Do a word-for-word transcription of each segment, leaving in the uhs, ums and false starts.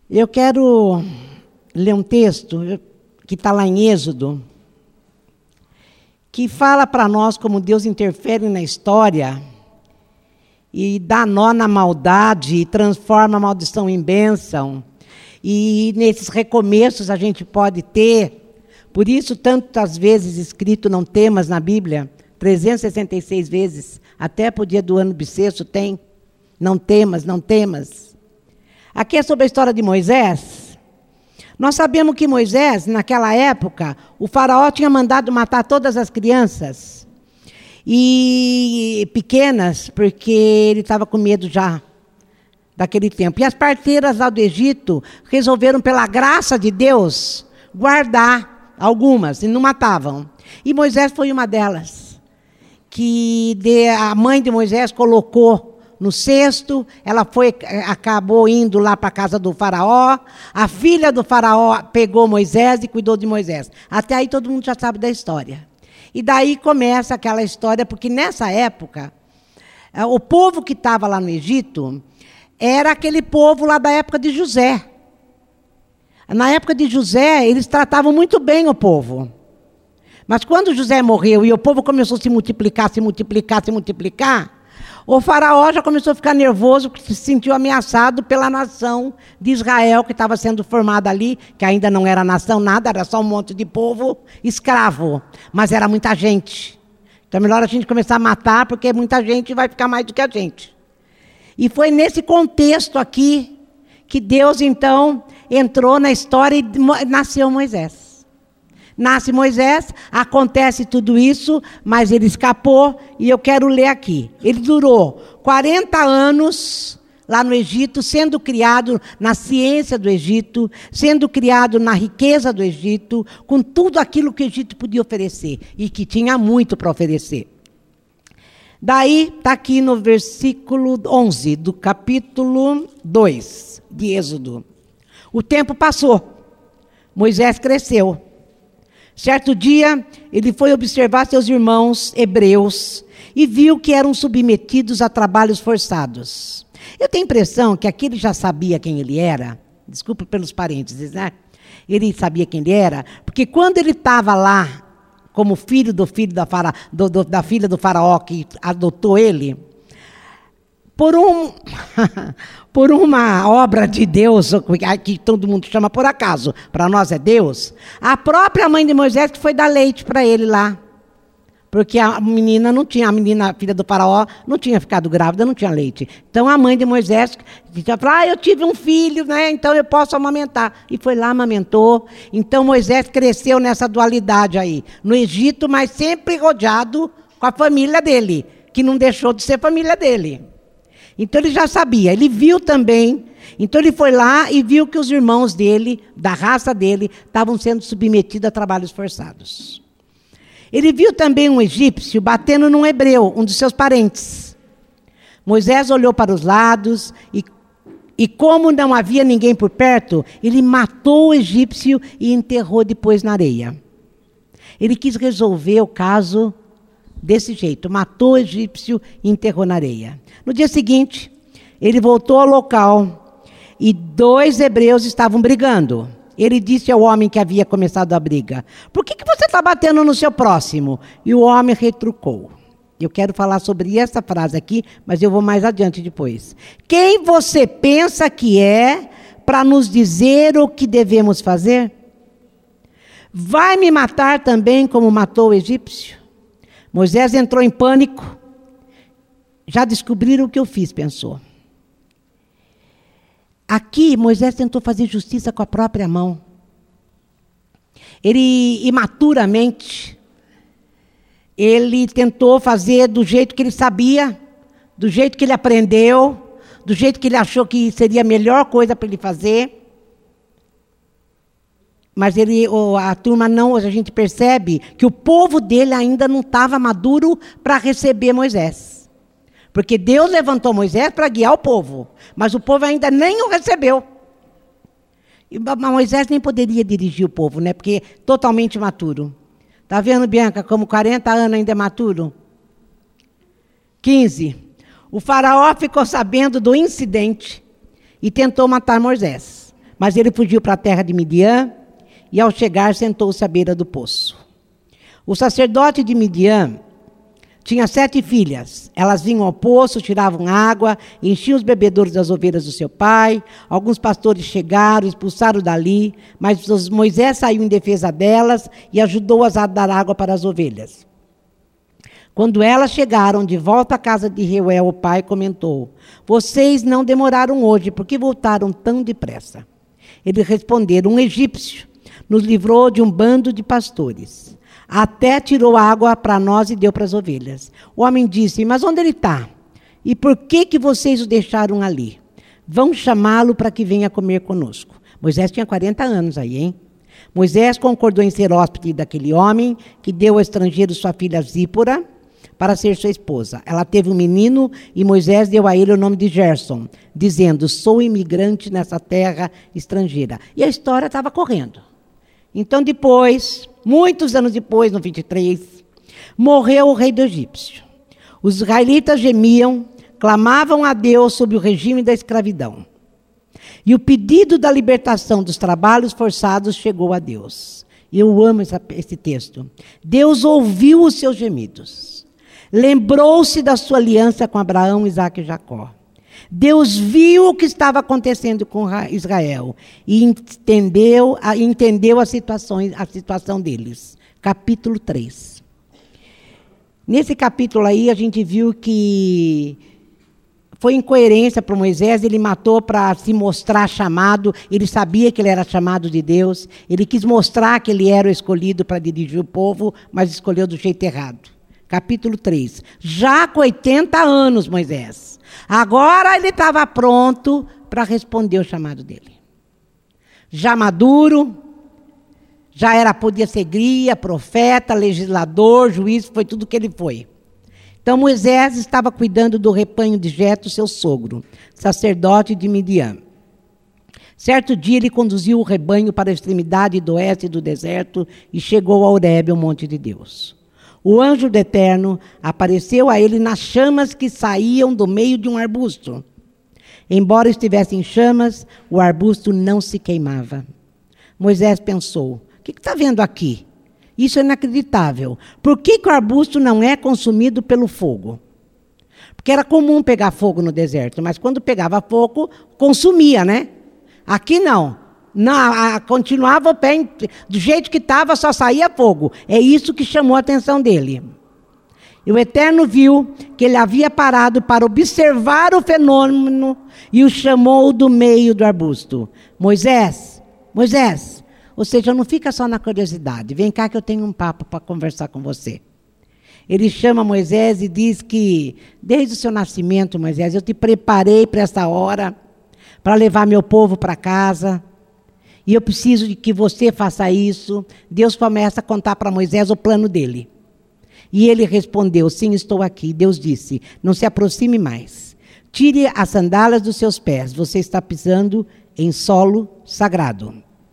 Eu quero ler um texto que está lá em Êxodo, que fala para nós como Deus interfere na história e dá nó na maldade e transforma a maldição em bênção. E nesses recomeços a gente pode ter, por isso tantas vezes escrito não temas na Bíblia, trezentas e sessenta e seis vezes, até para o dia do ano bissexto tem, não temas, não temas. Aqui é sobre a história de Moisés. Nós sabemos que Moisés, naquela época, o faraó tinha mandado matar todas as crianças, e pequenas, porque ele estava com medo já daquele tempo. E as parteiras lá do Egito resolveram, pela graça de Deus, guardar algumas, e não matavam. E Moisés foi uma delas, que de, a mãe de Moisés colocou no cesto, ela foi, acabou indo lá para a casa do faraó, a filha do faraó pegou Moisés e cuidou de Moisés. Até aí todo mundo já sabe da história. E daí começa aquela história, porque nessa época, o povo que estava lá no Egito era aquele povo lá da época de José. Na época de José, eles tratavam muito bem o povo. Mas quando José morreu e o povo começou a se multiplicar, se multiplicar, se multiplicar, o faraó já começou a ficar nervoso, porque se sentiu ameaçado pela nação de Israel, que estava sendo formada ali, que ainda não era nação nada, era só um monte de povo escravo, mas era muita gente. Então é melhor a gente começar a matar, porque muita gente vai ficar mais do que a gente. E foi nesse contexto aqui que Deus, então, entrou na história e nasceu Moisés. Nasce Moisés, acontece tudo isso, mas ele escapou, e eu quero ler aqui. Ele durou quarenta anos lá no Egito, sendo criado na ciência do Egito, sendo criado na riqueza do Egito, com tudo aquilo que o Egito podia oferecer, e que tinha muito para oferecer. Daí, está aqui no versículo onze, do capítulo dois de Êxodo. O tempo passou, Moisés cresceu. Certo dia, ele foi observar seus irmãos hebreus e viu que eram submetidos a trabalhos forçados. Eu tenho a impressão que aqui ele já sabia quem ele era. Desculpe pelos parênteses, né? Ele sabia quem ele era, porque quando ele estava lá, como filho do filho da, fara, do, do, da filha do faraó que adotou ele, por, um, por uma obra de Deus, que todo mundo chama por acaso, para nós é Deus, a própria mãe de Moisés que foi dar leite para ele lá. Porque a menina não tinha, a menina, a filha do faraó, não tinha ficado grávida, não tinha leite. Então a mãe de Moisés disse, ah, eu tive um filho, né? Então eu posso amamentar. E foi lá, amamentou. Então Moisés cresceu nessa dualidade aí, no Egito, mas sempre rodeado com a família dele, que não deixou de ser família dele. Então ele já sabia, ele viu também. Então ele foi lá e viu que os irmãos dele, da raça dele, estavam sendo submetidos a trabalhos forçados. Ele viu também um egípcio batendo num hebreu, um dos seus parentes. Moisés olhou para os lados e, e como não havia ninguém por perto, ele matou o egípcio e enterrou depois na areia. Ele quis resolver o caso desse jeito, matou o egípcio e enterrou na areia. No dia seguinte, ele voltou ao local e dois hebreus estavam brigando. Ele disse ao homem que havia começado a briga, por que, que você está batendo no seu próximo? E o homem retrucou. Eu quero falar sobre essa frase aqui, mas eu vou mais adiante depois. Quem você pensa que é para nos dizer o que devemos fazer? Vai me matar também como matou o egípcio? Moisés entrou em pânico. Já descobriram o que eu fiz, pensou. Aqui, Moisés tentou fazer justiça com a própria mão. Ele, imaturamente, ele tentou fazer do jeito que ele sabia, do jeito que ele aprendeu, do jeito que ele achou que seria a melhor coisa para ele fazer. Mas ele, a turma não, a gente percebe que o povo dele ainda não estava maduro para receber Moisés. Porque Deus levantou Moisés para guiar o povo, mas o povo ainda nem o recebeu. E Moisés nem poderia dirigir o povo, né? Porque é totalmente imaturo. Está vendo, Bianca, como quarenta anos ainda é maturo? quinze. O faraó ficou sabendo do incidente e tentou matar Moisés. Mas ele fugiu para a terra de Midian e, ao chegar, sentou-se à beira do poço. O sacerdote de Midian tinha sete filhas. Elas vinham ao poço, tiravam água, enchiam os bebedouros das ovelhas do seu pai. Alguns pastores chegaram, expulsaram dali, mas Moisés saiu em defesa delas e ajudou-as a dar água para as ovelhas. Quando elas chegaram de volta à casa de Reuel, o pai comentou: vocês não demoraram hoje, por que voltaram tão depressa? Eles responderam: um egípcio nos livrou de um bando de pastores. Até tirou água para nós e deu para as ovelhas. O homem disse: mas onde ele está? E por que, que vocês o deixaram ali? Vão chamá-lo para que venha comer conosco. Moisés tinha quarenta anos aí, hein? Moisés concordou em ser hóspede daquele homem, que deu ao estrangeiro sua filha Zípora para ser sua esposa. Ela teve um menino e Moisés deu a ele o nome de Gerson, dizendo: sou imigrante nessa terra estrangeira. E a história estava correndo. Então depois, muitos anos depois, no vinte e três, morreu o rei do egípcio. Os israelitas gemiam, clamavam a Deus sob o regime da escravidão. E o pedido da libertação dos trabalhos forçados chegou a Deus. Eu amo essa, esse texto. Deus ouviu os seus gemidos. Lembrou-se da sua aliança com Abraão, Isaque e Jacó. Deus viu o que estava acontecendo com Israel e entendeu, entendeu a, situações, a situação deles. Capítulo três. Nesse capítulo aí, a gente viu que foi incoerência para Moisés, ele matou para se mostrar chamado, ele sabia que ele era chamado de Deus, ele quis mostrar que ele era o escolhido para dirigir o povo, mas escolheu do jeito errado. Capítulo três. Já com oitenta anos, Moisés. Agora ele estava pronto para responder o chamado dele. Já maduro, já era, podia ser guia, profeta, legislador, juiz, foi tudo que ele foi. Então Moisés estava cuidando do rebanho de Jetro, seu sogro, sacerdote de Midian. Certo dia ele conduziu o rebanho para a extremidade do oeste do deserto e chegou a Horebe, o monte de Deus. O anjo do Eterno apareceu a ele nas chamas que saíam do meio de um arbusto. Embora estivesse em chamas, o arbusto não se queimava. Moisés pensou: o que está vendo aqui? Isso é inacreditável. Por que, que o arbusto não é consumido pelo fogo? Porque era comum pegar fogo no deserto, mas quando pegava fogo, consumia, né? Aqui não. Não, a, a, continuava o pé, do jeito que estava, só saía fogo. É isso que chamou a atenção dele. E o Eterno viu que ele havia parado para observar o fenômeno e o chamou do meio do arbusto. Moisés, Moisés, ou seja, não fica só na curiosidade. Vem cá que eu tenho um papo para conversar com você. Ele chama Moisés e diz que, desde o seu nascimento, Moisés, eu te preparei para essa hora, para levar meu povo para casa. E eu preciso de que você faça isso. Deus começa a contar para Moisés o plano dele. E ele respondeu: sim, estou aqui. Deus disse: não se aproxime mais. Tire as sandálias dos seus pés. Você está pisando em solo sagrado.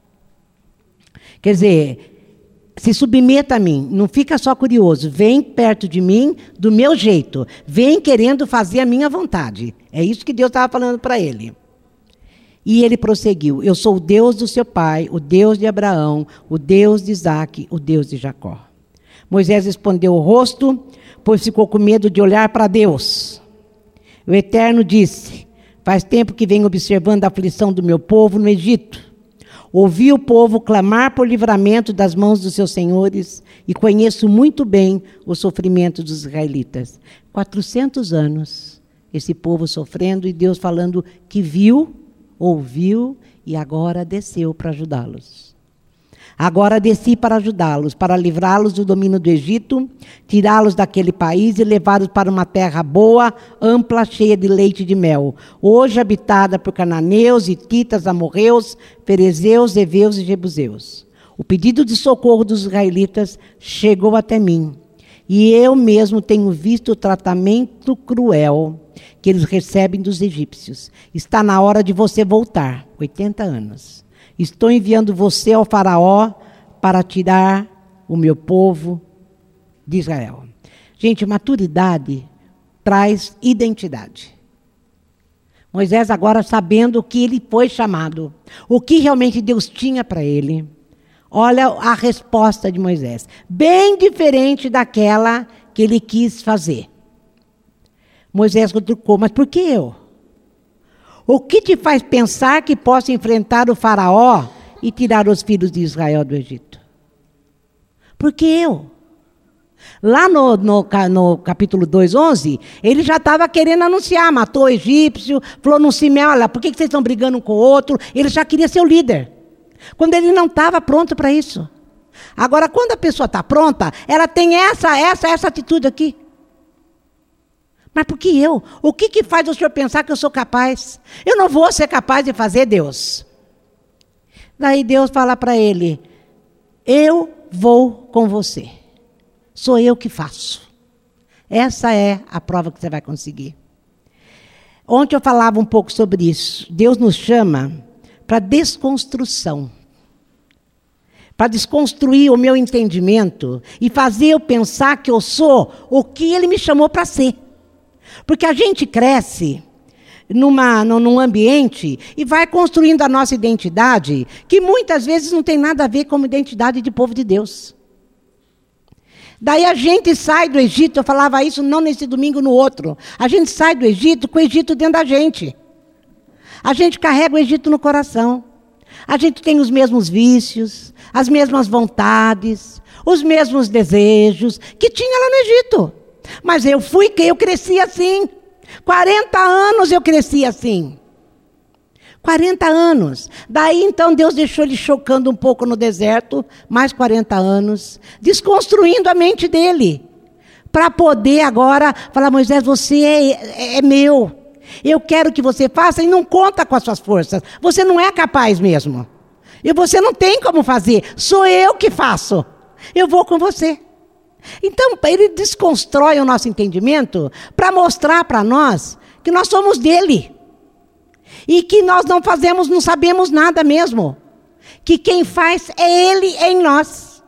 Quer dizer, se submeta a mim. Não fica só curioso. Vem perto de mim do meu jeito. Vem querendo fazer a minha vontade. É isso que Deus estava falando para ele. E ele prosseguiu: eu sou o Deus do seu pai, o Deus de Abraão, o Deus de Isaque, o Deus de Jacó. Moisés escondeu o rosto, pois ficou com medo de olhar para Deus. O Eterno disse: faz tempo que venho observando a aflição do meu povo no Egito. Ouvi o povo clamar por livramento das mãos dos seus senhores e conheço muito bem o sofrimento dos israelitas. quatrocentos anos, esse povo sofrendo e Deus falando que viu, ouviu e agora desceu para ajudá-los. Agora desci para ajudá-los, para livrá-los do domínio do Egito, tirá-los daquele país e levá-los para uma terra boa, ampla, cheia de leite e de mel, hoje habitada por cananeus, hititas, amorreus, ferezeus, heveus e jebuseus. O pedido de socorro dos israelitas chegou até mim, e eu mesmo tenho visto o tratamento cruel que eles recebem dos egípcios. Está na hora de você voltar. oitenta anos. Estou enviando você ao faraó para tirar o meu povo de Israel. Gente, maturidade traz identidade. Moisés agora sabendo o que ele foi chamado, o que realmente Deus tinha para ele. Olha a resposta de Moisés, bem diferente daquela que ele quis fazer. Moisés retrucou, mas por que eu? O que te faz pensar que posso enfrentar o faraó e tirar os filhos de Israel do Egito? Por que eu? Lá no, no, no capítulo dois, onze, ele já estava querendo anunciar, matou o egípcio, falou no cimé, olha, por que vocês estão brigando um com o outro? Ele já queria ser o líder. Quando ele não estava pronto para isso. Agora, quando a pessoa está pronta, ela tem essa, essa, essa atitude aqui. Mas por que eu? O que, que faz o senhor pensar que eu sou capaz? Eu não vou ser capaz de fazer, Deus. Daí Deus fala para ele, eu vou com você. Sou eu que faço. Essa é a prova que você vai conseguir. Ontem eu falava um pouco sobre isso. Deus nos chama para desconstrução. Para desconstruir o meu entendimento e fazer eu pensar que eu sou o que Ele me chamou para ser. Porque a gente cresce numa, num ambiente e vai construindo a nossa identidade, que muitas vezes não tem nada a ver com a identidade de povo de Deus. Daí a gente sai do Egito, eu falava isso não nesse domingo, no outro. A gente sai do Egito com o Egito dentro da gente. A gente carrega o Egito no coração. A gente tem os mesmos vícios, as mesmas vontades, os mesmos desejos que tinha lá no Egito. Mas eu fui que eu cresci assim. quarenta anos eu cresci assim. quarenta anos. Daí então Deus deixou ele chocando um pouco no deserto, mais quarenta anos, desconstruindo a mente dele. Para poder agora falar, Moisés, você é, é, é meu. Eu quero que você faça e não conta com as suas forças. Você não é capaz mesmo. E você não tem como fazer. Sou eu que faço. Eu vou com você. Então, ele desconstrói o nosso entendimento para mostrar para nós que nós somos dele. E que nós não fazemos, não sabemos nada mesmo. Que quem faz é ele em nós.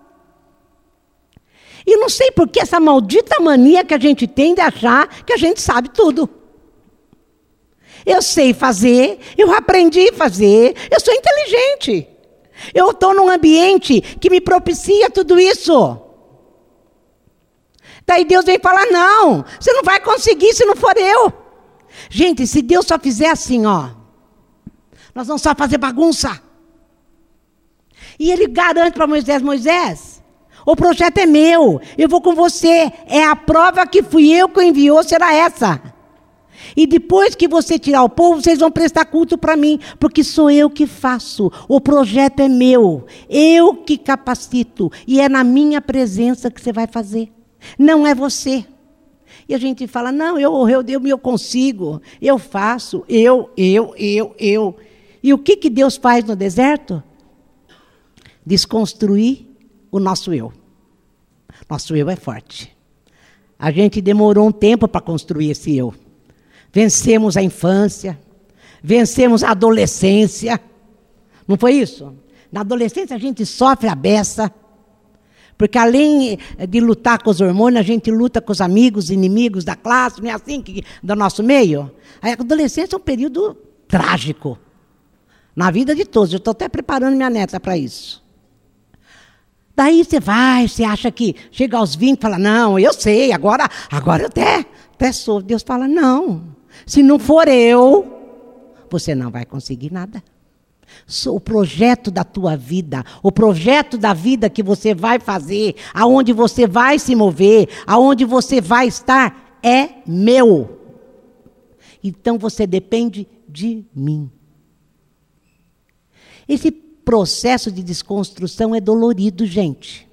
E não sei por que essa maldita mania que a gente tem de achar que a gente sabe tudo. Eu sei fazer, eu aprendi a fazer, eu sou inteligente. Eu estou num ambiente que me propicia tudo isso. Daí Deus vem falar, não, você não vai conseguir se não for eu. Gente, se Deus só fizer assim, ó, nós vamos só fazer bagunça. E ele garante para Moisés, Moisés, o projeto é meu, eu vou com você. É a prova que fui eu que o enviou, será essa. E depois que você tirar o povo, vocês vão prestar culto para mim, porque sou eu que faço. O projeto é meu, eu que capacito. E é na minha presença que você vai fazer. Não é você. E a gente fala, não, eu, eu, eu, eu consigo, eu faço, eu, eu, eu, eu. E o que, que Deus faz no deserto? Desconstruir o nosso eu. Nosso eu é forte. A gente demorou um tempo para construir esse eu. Vencemos a infância, vencemos a adolescência. Não foi isso? Na adolescência a gente sofre a beça. Porque além de lutar com os hormônios, a gente luta com os amigos, inimigos da classe, não é assim que, do nosso meio? A adolescência é um período trágico. Na vida de todos. Eu estou até preparando minha neta para isso. Daí você vai, você acha que chega aos vinte e fala, não, eu sei, agora, agora eu até, até sou. Deus fala, não. Se não for eu, você não vai conseguir nada. O projeto da tua vida, o projeto da vida que você vai fazer, aonde você vai se mover, aonde você vai estar, é meu. Então você depende de mim. Esse processo de desconstrução é dolorido, gente.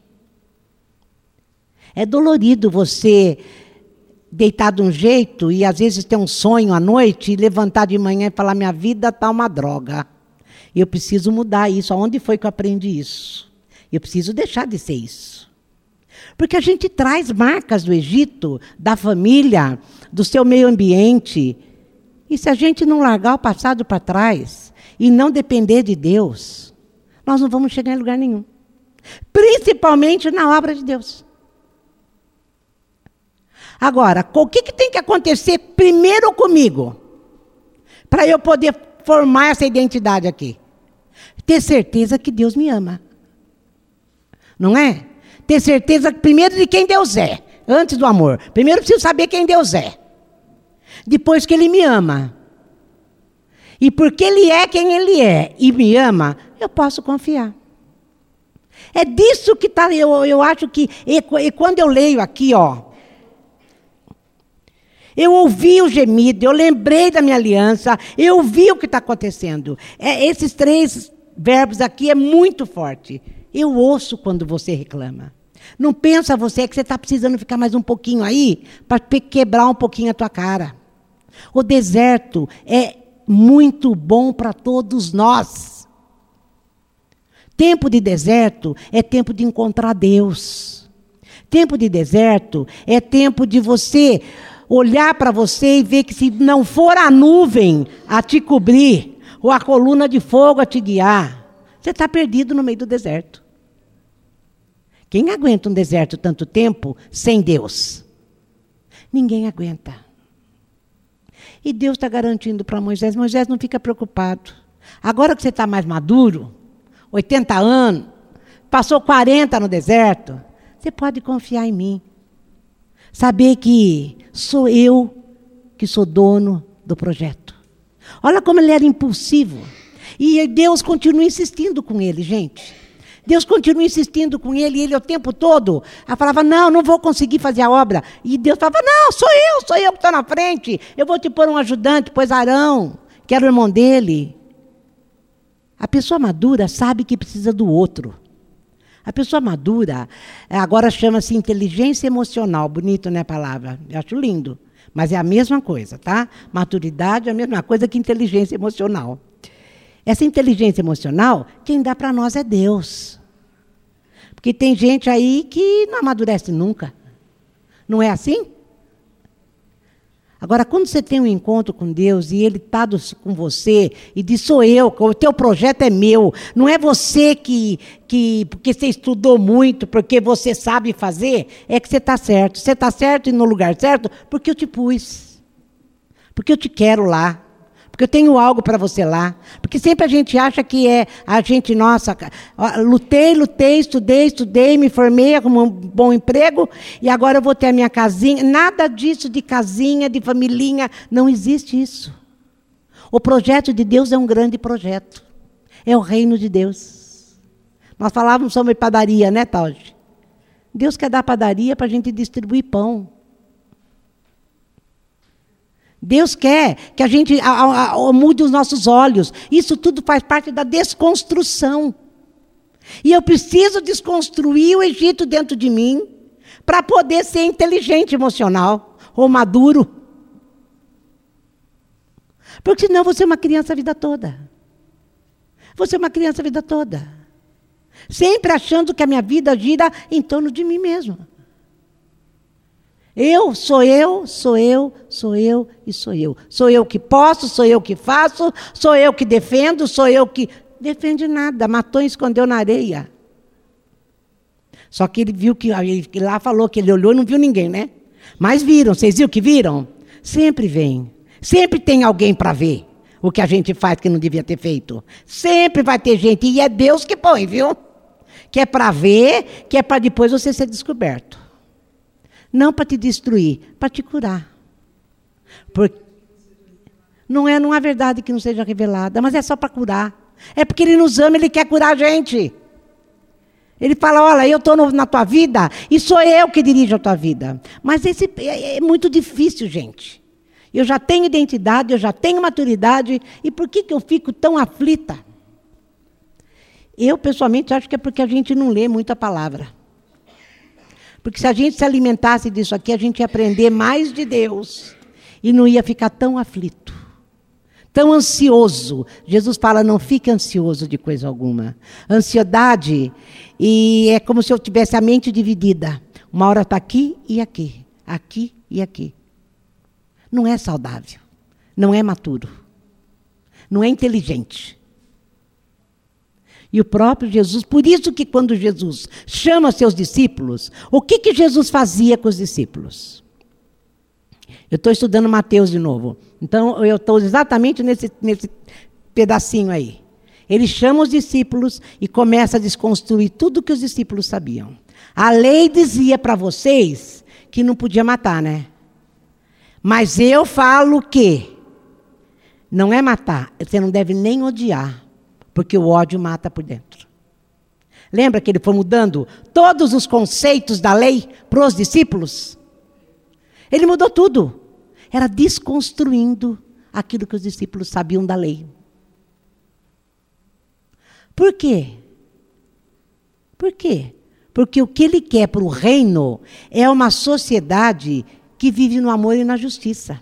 É dolorido você deitar de um jeito e às vezes ter um sonho à noite e levantar de manhã e falar, minha vida está uma droga. Eu preciso mudar isso. Aonde foi que eu aprendi isso? Eu preciso deixar de ser isso. Porque a gente traz marcas do Egito, da família, do seu meio ambiente. E se a gente não largar o passado para trás e não depender de Deus, nós não vamos chegar em lugar nenhum. Principalmente na obra de Deus. Agora, o que, que tem que acontecer primeiro comigo? para eu poder formar essa identidade aqui? Ter certeza que Deus me ama. Não é? Ter certeza, primeiro, de quem Deus é, antes do amor. Primeiro eu preciso saber quem Deus é. Depois que Ele me ama. E porque Ele é quem Ele é e me ama, eu posso confiar. É disso que está, eu, eu acho que, e, e quando eu leio aqui, ó, eu ouvi o gemido, eu lembrei da minha aliança, eu vi o que está acontecendo. É, esses três verbos aqui é muito forte. Eu ouço quando você reclama. Não pensa você que você está precisando ficar mais um pouquinho aí para quebrar um pouquinho a tua cara. O deserto é muito bom para todos nós. Tempo de deserto é tempo de encontrar Deus. Tempo de deserto é tempo de você olhar para você e ver que se não for a nuvem a te cobrir, ou a coluna de fogo a te guiar, você está perdido no meio do deserto. Quem aguenta um deserto tanto tempo sem Deus? Ninguém aguenta. E Deus está garantindo para Moisés, Moisés, não fica preocupado. Agora que você está mais maduro, oitenta anos, passou quarenta no deserto, você pode confiar em mim. Saber que sou eu que sou dono do projeto. Olha como ele era impulsivo. E Deus continua insistindo com ele, gente. Deus continua insistindo com ele, e ele o tempo todo ela falava, não, não vou conseguir fazer a obra. E Deus falava, não, sou eu, sou eu que estou na frente. Eu vou te pôr um ajudante, pois Arão, que era o irmão dele. A pessoa madura sabe que precisa do outro. A pessoa madura, agora chama-se inteligência emocional. Bonito, né, a palavra? Eu acho lindo. Mas é a mesma coisa, tá? Maturidade é a mesma coisa que inteligência emocional. Essa inteligência emocional, quem dá para nós é Deus. Porque tem gente aí que não amadurece nunca. Não é assim? Agora, quando você tem um encontro com Deus e Ele está com você e diz, sou eu, o teu projeto é meu, não é você que, que porque você estudou muito, porque você sabe fazer, é que você está certo. Você está certo e no lugar certo porque eu te pus. Porque eu te quero lá. Porque eu tenho algo para você lá. Porque sempre a gente acha que é a gente, nossa, lutei, lutei, estudei, estudei, me formei, arrumei um bom emprego e agora eu vou ter a minha casinha. Nada disso de casinha, de familhinha, não existe isso. O projeto de Deus é um grande projeto. É o reino de Deus. Nós falávamos sobre padaria, né, Tauge? Deus quer dar padaria para a gente distribuir pão. Deus quer que a gente a, a, a, mude os nossos olhos. Isso tudo faz parte da desconstrução. E eu preciso desconstruir o Egito dentro de mim para poder ser inteligente emocional ou maduro. Porque senão você é uma criança a vida toda. Você é uma criança a vida toda. Sempre achando que a minha vida gira em torno de mim mesmo. Eu, sou eu, sou eu, sou eu e sou eu. Sou eu que posso, sou eu que faço, sou eu que defendo, sou eu que... Defende nada, matou e escondeu na areia. Só que ele viu que... Ele lá falou que ele olhou e não viu ninguém, né? Mas viram, vocês viram que viram? Sempre vem. Sempre tem alguém para ver o que a gente faz que não devia ter feito. Sempre vai ter gente, e é Deus que põe, viu? Que é para ver, que é para depois você ser descoberto. Não para te destruir, para te curar. Porque não é, não há verdade que não seja revelada, mas é só para curar. É porque Ele nos ama, Ele quer curar a gente. Ele fala, olha, eu estou na tua vida e sou eu que dirijo a tua vida. Mas esse, é, é muito difícil, gente. Eu já tenho identidade, eu já tenho maturidade, e por que, que eu fico tão aflita? Eu, pessoalmente, acho que é porque a gente não lê muito a palavra. Porque se a gente se alimentasse disso aqui, a gente ia aprender mais de Deus e não ia ficar tão aflito, tão ansioso. Jesus fala, não fique ansioso de coisa alguma. Ansiedade, e é como se eu tivesse a mente dividida. Uma hora está aqui e aqui, aqui e aqui. Não é saudável, não é maturo, não é inteligente. E o próprio Jesus, por isso que quando Jesus chama seus discípulos, o que, que Jesus fazia com os discípulos? Eu estou estudando Mateus de novo. Então, eu estou exatamente nesse, nesse pedacinho aí. Ele chama os discípulos e começa a desconstruir tudo que os discípulos sabiam. A lei dizia para vocês que não podia matar, né? Mas eu falo que não é matar, você não deve nem odiar, porque o ódio mata por dentro. Lembra que ele foi mudando todos os conceitos da lei para os discípulos? Ele mudou tudo. Era desconstruindo aquilo que os discípulos sabiam da lei. Por quê? Por quê? Porque o que ele quer para o reino é uma sociedade que vive no amor e na justiça.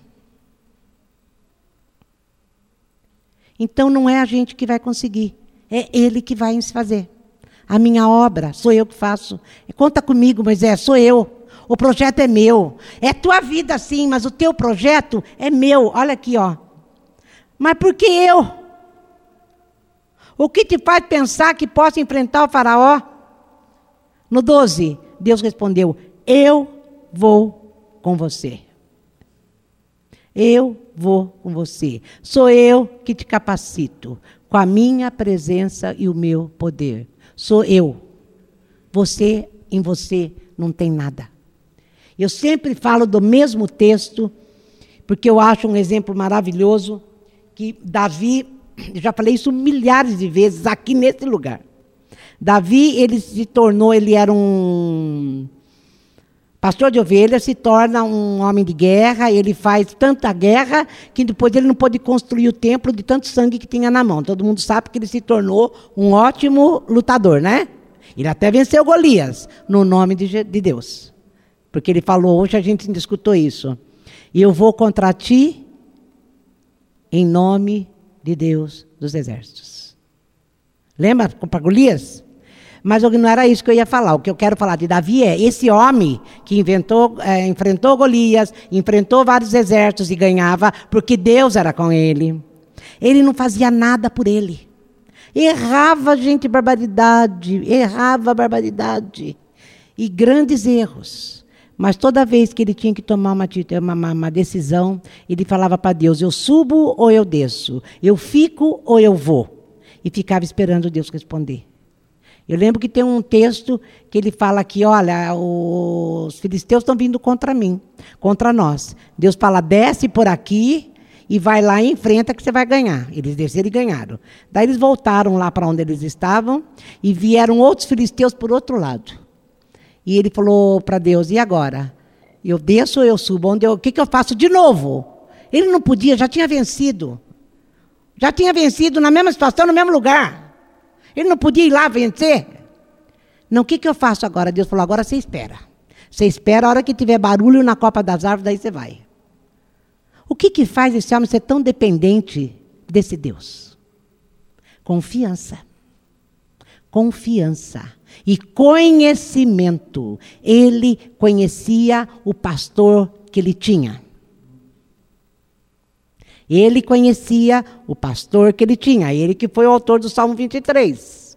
Então não é a gente que vai conseguir, é ele que vai se fazer. A minha obra, sou eu que faço. Conta comigo, Moisés, sou eu. O projeto é meu. É tua vida sim, mas o teu projeto é meu. Olha aqui, ó. Mas por que eu? O que te faz pensar que posso enfrentar o faraó? No doze, Deus respondeu, eu vou com você. Eu vou com você. Sou eu que te capacito com a minha presença e o meu poder. Sou eu. Você, em você, não tem nada. Eu sempre falo do mesmo texto, porque eu acho um exemplo maravilhoso, que Davi, já falei isso milhares de vezes aqui nesse lugar. Davi, ele se tornou, ele era um pastor de ovelhas, se torna um homem de guerra, ele faz tanta guerra, que depois ele não pôde construir o templo de tanto sangue que tinha na mão. Todo mundo sabe que ele se tornou um ótimo lutador, né? Ele até venceu Golias, no nome de Deus. Porque ele falou, hoje a gente escutou isso. E eu vou contra ti, em nome de Deus dos exércitos. Lembra para Golias? Mas não era isso que eu ia falar. O que eu quero falar de Davi é esse homem que inventou, é, enfrentou Golias, enfrentou vários exércitos e ganhava, porque Deus era com ele. Ele não fazia nada por ele. Errava, gente, barbaridade. Errava barbaridade. E grandes erros. Mas toda vez que ele tinha que tomar uma, uma, uma decisão, ele falava para Deus, eu subo ou eu desço? Eu fico ou eu vou? E ficava esperando Deus responder. Eu lembro que tem um texto que ele fala que, olha, os filisteus estão vindo contra mim, contra nós. Deus fala, desce por aqui e vai lá e enfrenta que você vai ganhar. Eles desceram e ganharam. Daí eles voltaram lá para onde eles estavam e vieram outros filisteus por outro lado. E ele falou para Deus, e agora? Eu desço ou eu subo? Onde eu, o que, que eu faço de novo? Ele não podia, já tinha vencido. Já tinha vencido na mesma situação, no mesmo lugar. Ele não podia ir lá vencer? Não, o que, que eu faço agora? Deus falou, agora você espera. Você espera, a hora que tiver barulho na copa das árvores, daí você vai. O que, que faz esse homem ser tão dependente desse Deus? Confiança. Confiança. E conhecimento. Ele conhecia o pastor que ele tinha. Ele conhecia o pastor que ele tinha. Ele que foi o autor do Salmo vinte e três.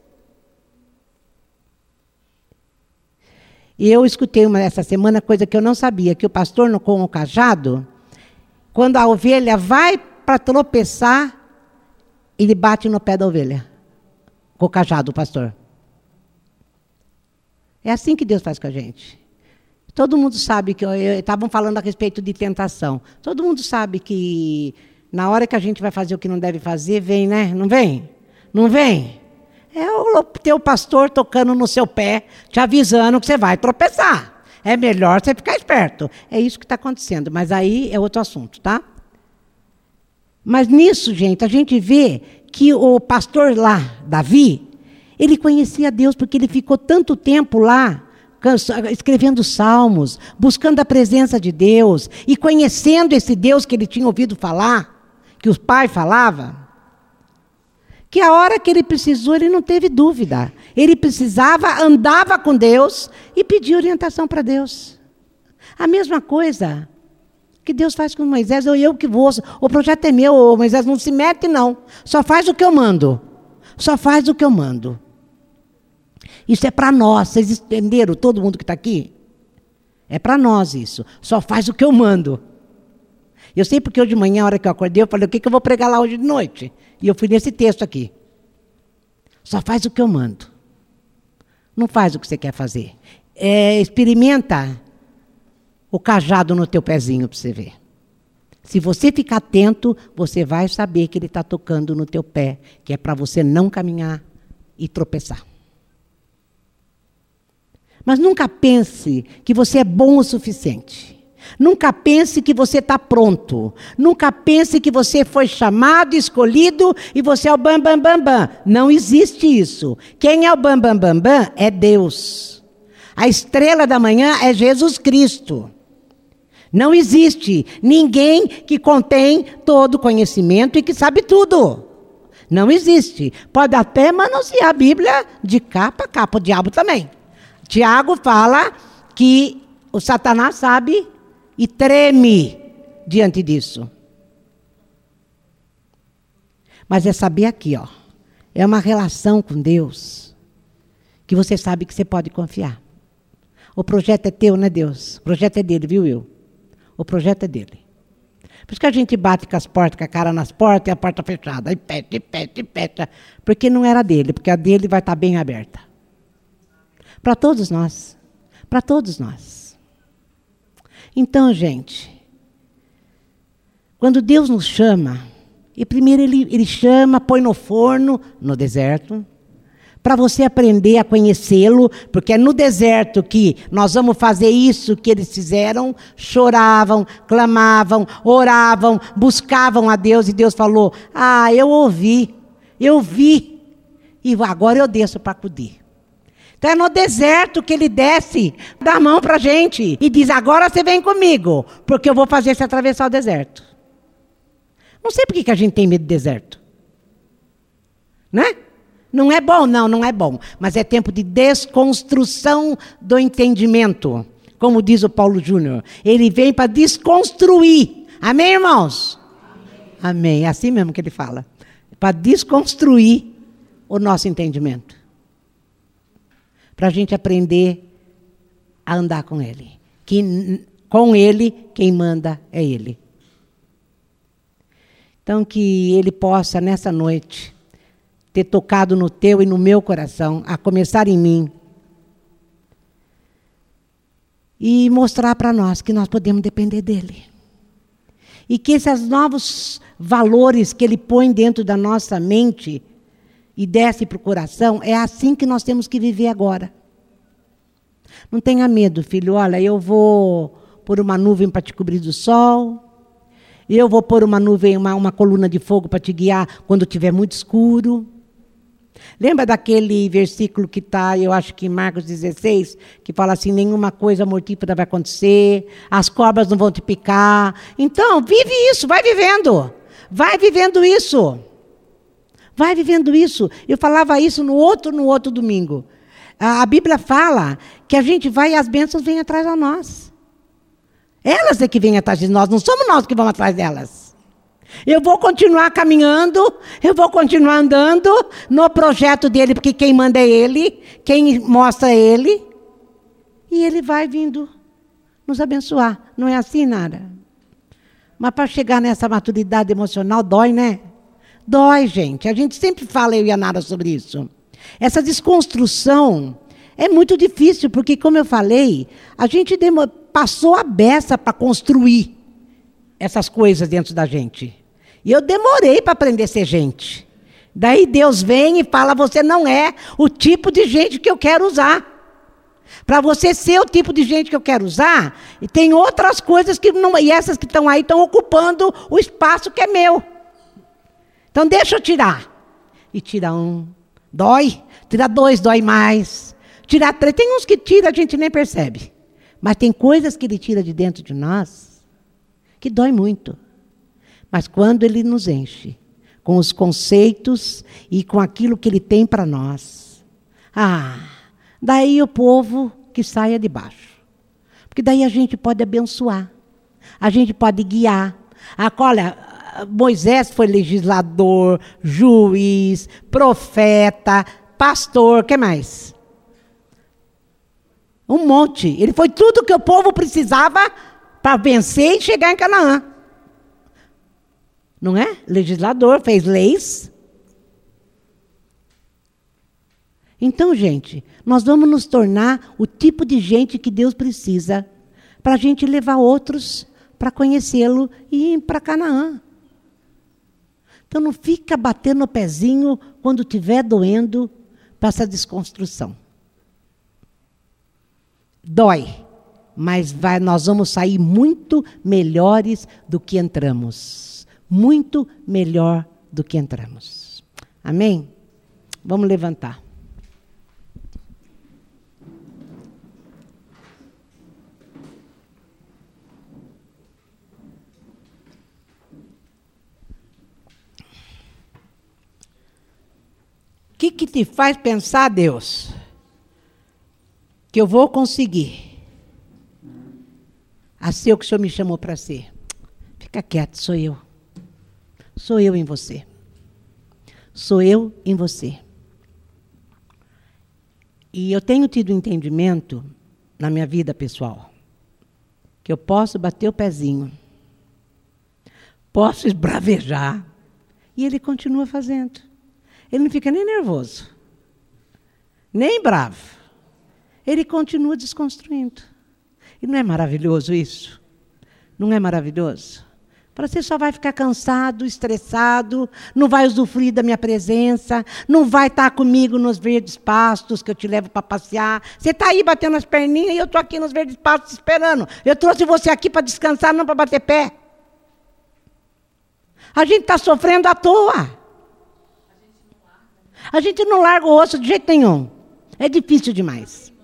E eu escutei uma, essa semana coisa que eu não sabia, que o pastor no, com o cajado, quando a ovelha vai para tropeçar, ele bate no pé da ovelha. Com o cajado, o pastor. É assim que Deus faz com a gente. Todo mundo sabe que... Estavam falando a respeito de tentação. Todo mundo sabe que na hora que a gente vai fazer o que não deve fazer, vem, né? Não vem? Não vem? É o teu pastor tocando no seu pé, te avisando que você vai tropeçar. É melhor você ficar esperto. É isso que está acontecendo. Mas aí é outro assunto, tá? Mas nisso, gente, a gente vê que o pastor lá, Davi, ele conhecia Deus porque ele ficou tanto tempo lá, escrevendo salmos, buscando a presença de Deus e conhecendo esse Deus que ele tinha ouvido falar, que os pais falavam, que a hora que ele precisou, ele não teve dúvida. Ele precisava, andava com Deus e pedia orientação para Deus. A mesma coisa que Deus faz com Moisés, eu, eu que vou, o projeto é meu, Moisés não se mete não, só faz o que eu mando, só faz o que eu mando. Isso é para nós, vocês entenderam, todo mundo que está aqui? É para nós isso, só faz o que eu mando. Eu sei porque hoje de manhã, a hora que eu acordei, eu falei, o que, que eu vou pregar lá hoje de noite? E eu fui nesse texto aqui. Só faz o que eu mando. Não faz o que você quer fazer. É, experimenta o cajado no teu pezinho para você ver. Se você ficar atento, você vai saber que ele está tocando no teu pé, que é para você não caminhar e tropeçar. Mas nunca pense que você é bom o suficiente. Nunca pense que você está pronto. Nunca pense que você foi chamado, escolhido e você é o bam, bam, bam, bam. Não existe isso. Quem é o bam, bam, bam, bam é Deus. A estrela da manhã é Jesus Cristo. Não existe ninguém que contém todo o conhecimento e que sabe tudo. Não existe. Pode até manusear a Bíblia de capa a capa, o diabo também. Tiago fala que o Satanás sabe e treme diante disso. Mas é saber aqui, ó, é uma relação com Deus que você sabe que você pode confiar. O projeto é teu, não é Deus? O projeto é dele, viu, Will? O projeto é dele. Por isso que a gente bate com as portas, com a cara nas portas e a porta fechada. Aí peta, peta, peta. Porque não era dele, porque a dele vai estar bem aberta. Para todos nós. Para todos nós. Então, gente, quando Deus nos chama, e primeiro ele, ele chama, põe no forno, no deserto, para você aprender a conhecê-lo, porque é no deserto que nós vamos fazer isso que eles fizeram, choravam, clamavam, oravam, buscavam a Deus, e Deus falou, ah, eu ouvi, eu vi, e agora eu desço para acudir. Então é no deserto que ele desce, dá a mão para a gente, e diz, agora você vem comigo, porque eu vou fazer você atravessar o deserto. Não sei por que a gente tem medo do deserto. Né? Não é bom, não, não é bom. Mas é tempo de desconstrução do entendimento. Como diz o Paulo Júnior. Ele vem para desconstruir. Amém, irmãos? Amém. Amém. É assim mesmo que ele fala. Para desconstruir o nosso entendimento. Para a gente aprender a andar com ele. Que com ele, quem manda é ele. Então, que ele possa, nessa noite, ter tocado no teu e no meu coração, a começar em mim, e mostrar para nós que nós podemos depender dele. E que esses novos valores que ele põe dentro da nossa mente e desce para o coração, é assim que nós temos que viver agora. Não tenha medo, filho. Olha, eu vou pôr uma nuvem para te cobrir do sol. Eu vou pôr uma nuvem, uma, uma coluna de fogo para te guiar quando estiver muito escuro. Lembra daquele versículo que está, eu acho que em Marcos dezesseis, que fala assim, nenhuma coisa mortífera vai acontecer, as cobras não vão te picar. Então, vive isso, vai vivendo. Vai vivendo isso. Vai vivendo isso. Eu falava isso no outro, no outro domingo. A, a Bíblia fala que a gente vai e as bênçãos vêm atrás de nós. Elas é que vêm atrás de nós, não somos nós que vamos atrás delas. Eu vou continuar caminhando, eu vou continuar andando no projeto dele, porque quem manda é ele, quem mostra é ele, e ele vai vindo nos abençoar. Não é assim, Nara? Mas para chegar nessa maturidade emocional, dói, né? Dói, gente. A gente sempre fala, eu e a Nara, sobre isso. Essa desconstrução é muito difícil, porque, como eu falei, a gente demo- passou a beça para construir essas coisas dentro da gente. E eu demorei para aprender a ser gente. Daí Deus vem e fala, você não é o tipo de gente que eu quero usar. Para você ser o tipo de gente que eu quero usar, e tem outras coisas que não... E essas que estão aí estão ocupando o espaço que é meu. Então deixa eu tirar. E tira um, dói. Tira dois, dói mais. Tira três, tem uns que tira, a gente nem percebe. Mas tem coisas que ele tira de dentro de nós que dói muito. Mas quando ele nos enche com os conceitos e com aquilo que ele tem para nós, ah, daí o povo que saia de baixo. Porque daí a gente pode abençoar, a gente pode guiar. Ah, olha, Moisés foi legislador, juiz, profeta, pastor, o que mais? Um monte. Ele foi tudo que o povo precisava para vencer e chegar em Canaã. Não é? Legislador, fez leis. Então, gente, nós vamos nos tornar o tipo de gente que Deus precisa para a gente levar outros para conhecê-lo e ir para Canaã. Então, não fica batendo o pezinho quando estiver doendo para essa desconstrução. Dói, mas vai, nós vamos sair muito melhores do que entramos. Muito melhor do que entramos. Amém? Vamos levantar. O que, que te faz pensar, Deus, que eu vou conseguir a ser o que o Senhor me chamou para ser? Fica quieto, sou eu. Sou eu em você. Sou eu em você. E eu tenho tido entendimento na minha vida pessoal que eu posso bater o pezinho, posso esbravejar, e Ele continua fazendo. Ele não fica nem nervoso, nem bravo. Ele continua desconstruindo. E não é maravilhoso isso? Não é maravilhoso? Para você só vai ficar cansado, estressado, não vai usufruir da minha presença, não vai estar comigo nos verdes pastos que eu te levo para passear. Você está aí batendo as perninhas e eu estou aqui nos verdes pastos esperando. Eu trouxe você aqui para descansar, não para bater pé. A gente está sofrendo à toa. A gente não larga o osso de jeito nenhum. É difícil demais.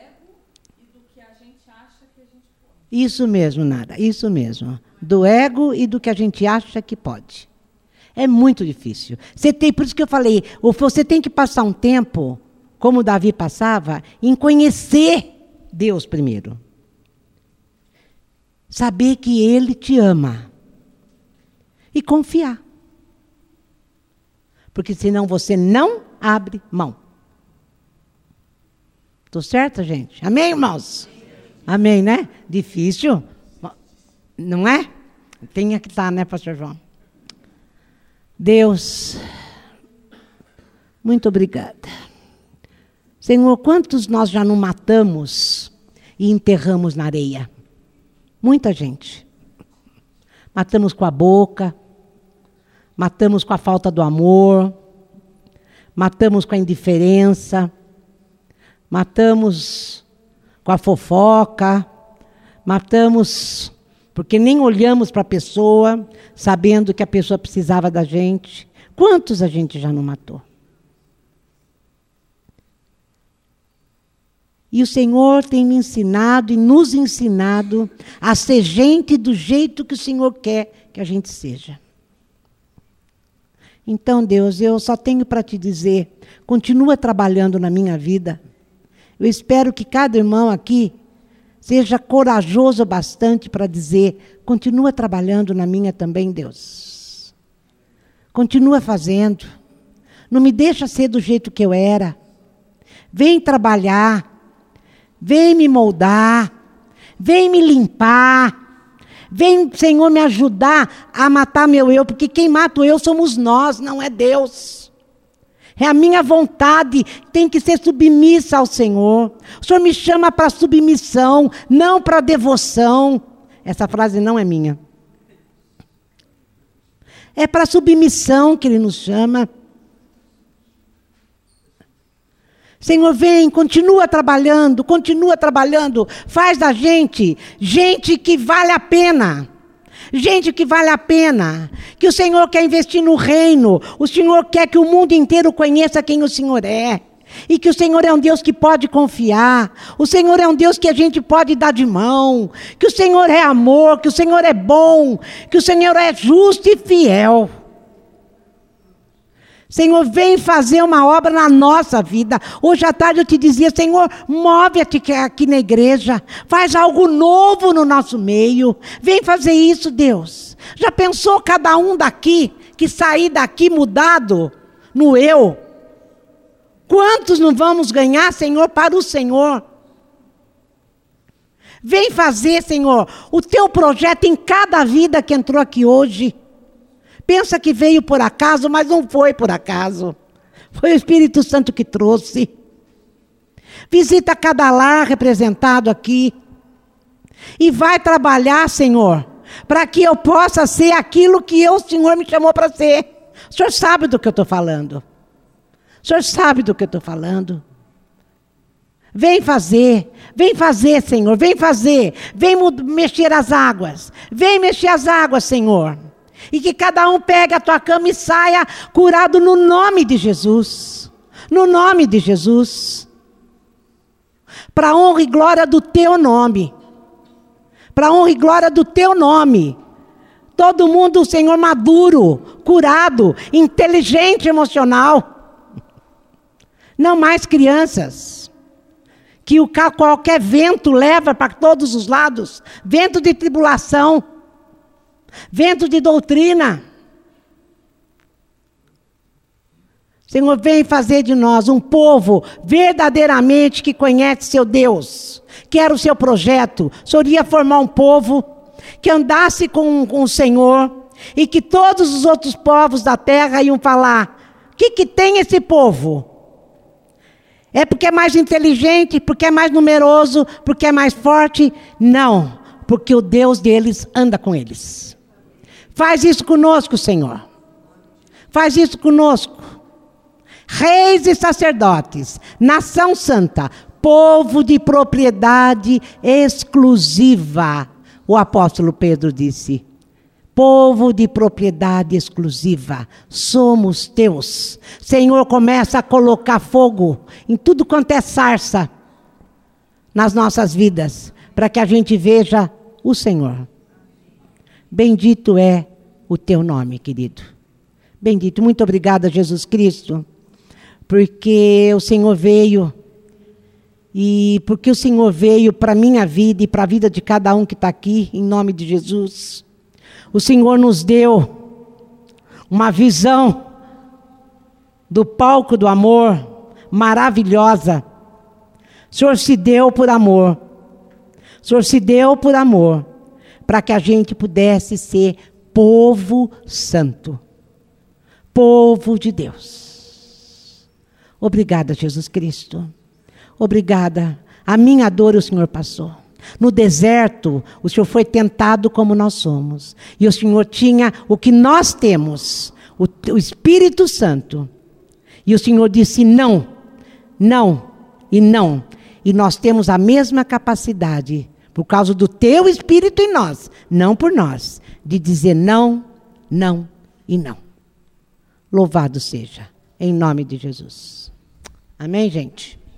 Isso mesmo, Nara. Isso mesmo. Do ego e do que a gente acha que pode. É muito difícil. Você tem, por isso que eu falei, você tem que passar um tempo, como Davi passava, em conhecer Deus primeiro. Saber que Ele te ama. E confiar. Porque senão você não abre mão. Estou certa, gente? Amém, irmãos? Amém, né? Difícil. Não é? Tem que estar, né, pastor João? Deus, muito obrigada. Senhor, quantos nós já não matamos e enterramos na areia? Muita gente. Matamos com a boca, matamos com a falta do amor, matamos com a indiferença, matamos com a fofoca, matamos porque nem olhamos para a pessoa, sabendo que a pessoa precisava da gente. Quantos a gente já não matou? E o Senhor tem me ensinado e nos ensinado a ser gente do jeito que o Senhor quer que a gente seja. Então, Deus, eu só tenho para te dizer, continua trabalhando na minha vida. Eu espero que cada irmão aqui seja corajoso bastante para dizer, continua trabalhando na minha também, Deus. Continua fazendo. Não me deixa ser do jeito que eu era. Vem trabalhar. Vem me moldar. Vem me limpar. Vem, Senhor, me ajudar a matar meu eu, porque quem mata o eu somos nós, não é Deus. É a minha vontade, tem que ser submissa ao Senhor. O Senhor me chama para submissão, não para devoção. Essa frase não é minha. É para submissão que Ele nos chama. Senhor, vem, continua trabalhando, continua trabalhando. Faz da gente, gente que vale a pena. Gente que vale a pena. Que o Senhor quer investir no reino. O Senhor quer que o mundo inteiro conheça quem o Senhor é. E que o Senhor é um Deus que pode confiar. O Senhor é um Deus que a gente pode dar de mão. Que o Senhor é amor, que o Senhor é bom. Que o Senhor é justo e fiel. Senhor, vem fazer uma obra na nossa vida. Hoje à tarde eu te dizia, Senhor, move-te aqui na igreja. Faz algo novo no nosso meio. Vem fazer isso, Deus. Já pensou cada um daqui, que sair daqui mudado no eu? Quantos não vamos ganhar, Senhor, para o Senhor? Vem fazer, Senhor, o teu projeto em cada vida que entrou aqui hoje. pensa que veio por acaso, mas não foi por acaso. Foi o Espírito Santo que trouxe. Visita cada lar representado aqui. E vai trabalhar, Senhor, para que eu possa ser aquilo que eu, o Senhor me chamou para ser. O Senhor sabe do que eu estou falando. O Senhor sabe do que eu estou falando. Vem fazer, vem fazer, Senhor, vem fazer. Vem mexer as águas. Vem mexer as águas, Senhor. E que cada um pegue a tua cama e saia curado no nome de Jesus. No nome de Jesus. Para a honra e glória do teu nome. Para a honra e glória do teu nome. Todo mundo, Senhor, maduro, curado, inteligente, emocional. Não mais crianças. Que o, qualquer vento leva para todos os lados. Vento de tribulação. Vento de doutrina. Senhor, vem fazer de nós um povo verdadeiramente que conhece seu Deus. Que era o seu projeto. O Senhor ia formar um povo que andasse com, com o Senhor. E que todos os outros povos da terra iam falar: o que, que tem esse povo? É porque é mais inteligente, porque é mais numeroso, porque é mais forte? Não, porque o Deus deles anda com eles. Faz isso conosco, Senhor. Faz isso conosco. Reis e sacerdotes, nação santa, povo de propriedade exclusiva. O apóstolo Pedro disse: povo de propriedade exclusiva, somos teus. Senhor, começa a colocar fogo em tudo quanto é sarça nas nossas vidas, para que a gente veja o Senhor. Bendito é o teu nome, querido. Bendito. Muito obrigada, Jesus Cristo, porque o Senhor veio, e porque o Senhor veio para a minha vida e para a vida de cada um que está aqui, em nome de Jesus. O Senhor nos deu uma visão do palco do amor maravilhosa. O Senhor se deu por amor. O Senhor se deu por amor, para que a gente pudesse ser povo santo. Povo de Deus. Obrigada, Jesus Cristo. Obrigada. A minha dor o Senhor passou. No deserto, o Senhor foi tentado como nós somos. E o Senhor tinha o que nós temos, o, o Espírito Santo. E o Senhor disse não, não e não. E nós temos a mesma capacidade, por causa do teu Espírito em nós, não por nós, de dizer não, não e não. Louvado seja, em nome de Jesus. Amém, gente?